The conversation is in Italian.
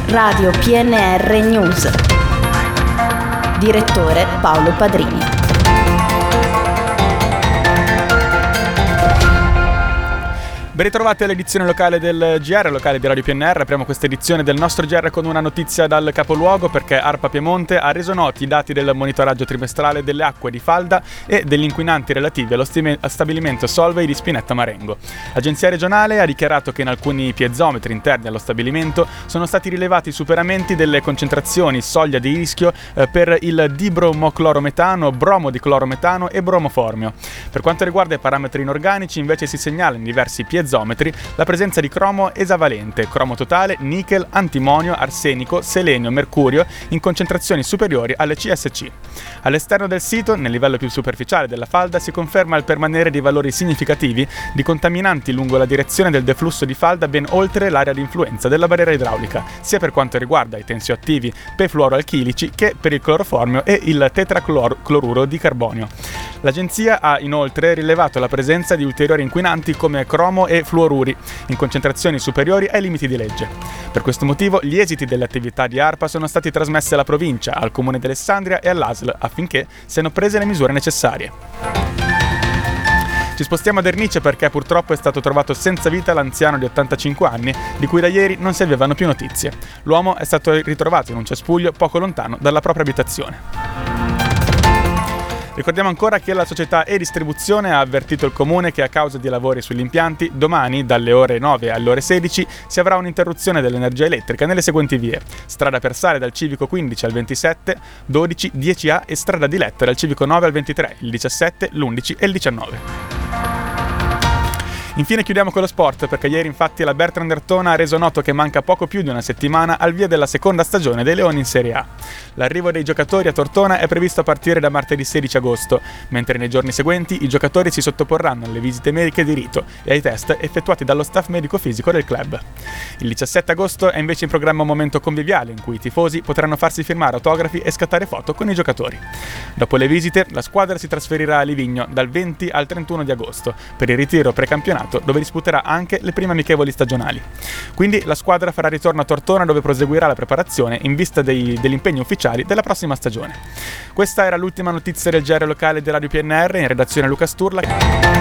Radio PNR News. Direttore Paolo Padrini. Ben ritrovati all'edizione locale del GR, locale di Radio PNR. Apriamo questa edizione del nostro GR con una notizia dal capoluogo, perché ARPA Piemonte ha reso noti i dati del monitoraggio trimestrale delle acque di falda e degli inquinanti relativi allo stabilimento Solvay di Spinetta Marengo. L'agenzia regionale ha dichiarato che in alcuni piezometri interni allo stabilimento sono stati rilevati superamenti delle concentrazioni soglia di rischio per il dibromoclorometano, bromo di clorometano e bromoformio. Per quanto riguarda i parametri inorganici, invece, si segnala in diversi piezometri la presenza di cromo esavalente, cromo totale, nickel, antimonio, arsenico, selenio, mercurio in concentrazioni superiori alle CSC. All'esterno del sito, nel livello più superficiale della falda, si conferma il permanere di valori significativi di contaminanti lungo la direzione del deflusso di falda ben oltre l'area di influenza della barriera idraulica, sia per quanto riguarda i tensioattivi perfluoroalchilici che per il cloroformio e il tetracloruro di carbonio. L'agenzia ha inoltre rilevato la presenza di ulteriori inquinanti come cromo e fluoruri in concentrazioni superiori ai limiti di legge. Per questo motivo gli esiti delle attività di ARPA sono stati trasmessi alla provincia, al comune di Alessandria e all'ASL affinché siano prese le misure necessarie. Ci spostiamo ad Ernice perché purtroppo è stato trovato senza vita l'anziano di 85 anni di cui da ieri non si avevano più notizie. L'uomo è stato ritrovato in un cespuglio poco lontano dalla propria abitazione. Ricordiamo ancora che la società E-Distribuzione ha avvertito il comune che a causa di lavori sugli impianti, domani dalle ore 9 alle ore 16 si avrà un'interruzione dell'energia elettrica nelle seguenti vie: strada Persale dal civico 15 al 27, 12, 10A e strada di Letto dal civico 9 al 23, il 17, l'11 e il 19. Infine chiudiamo con lo sport, perché ieri infatti la Bertrand Ertona ha reso noto che manca poco più di una settimana al via della seconda stagione dei Leoni in Serie A. L'arrivo dei giocatori a Tortona è previsto a partire da martedì 16 agosto, mentre nei giorni seguenti i giocatori si sottoporranno alle visite mediche di rito e ai test effettuati dallo staff medico-fisico del club. Il 17 agosto è invece in programma un momento conviviale in cui i tifosi potranno farsi firmare autografi e scattare foto con i giocatori. Dopo le visite, la squadra si trasferirà a Livigno dal 20 al 31 di agosto per il ritiro precampionato, dove disputerà anche le prime amichevoli stagionali. Quindi la squadra farà ritorno a Tortona, dove proseguirà la preparazione in vista degli impegni ufficiali della prossima stagione. Questa era l'ultima notizia del GR locale di Radio PNR. In redazione Luca Sturla.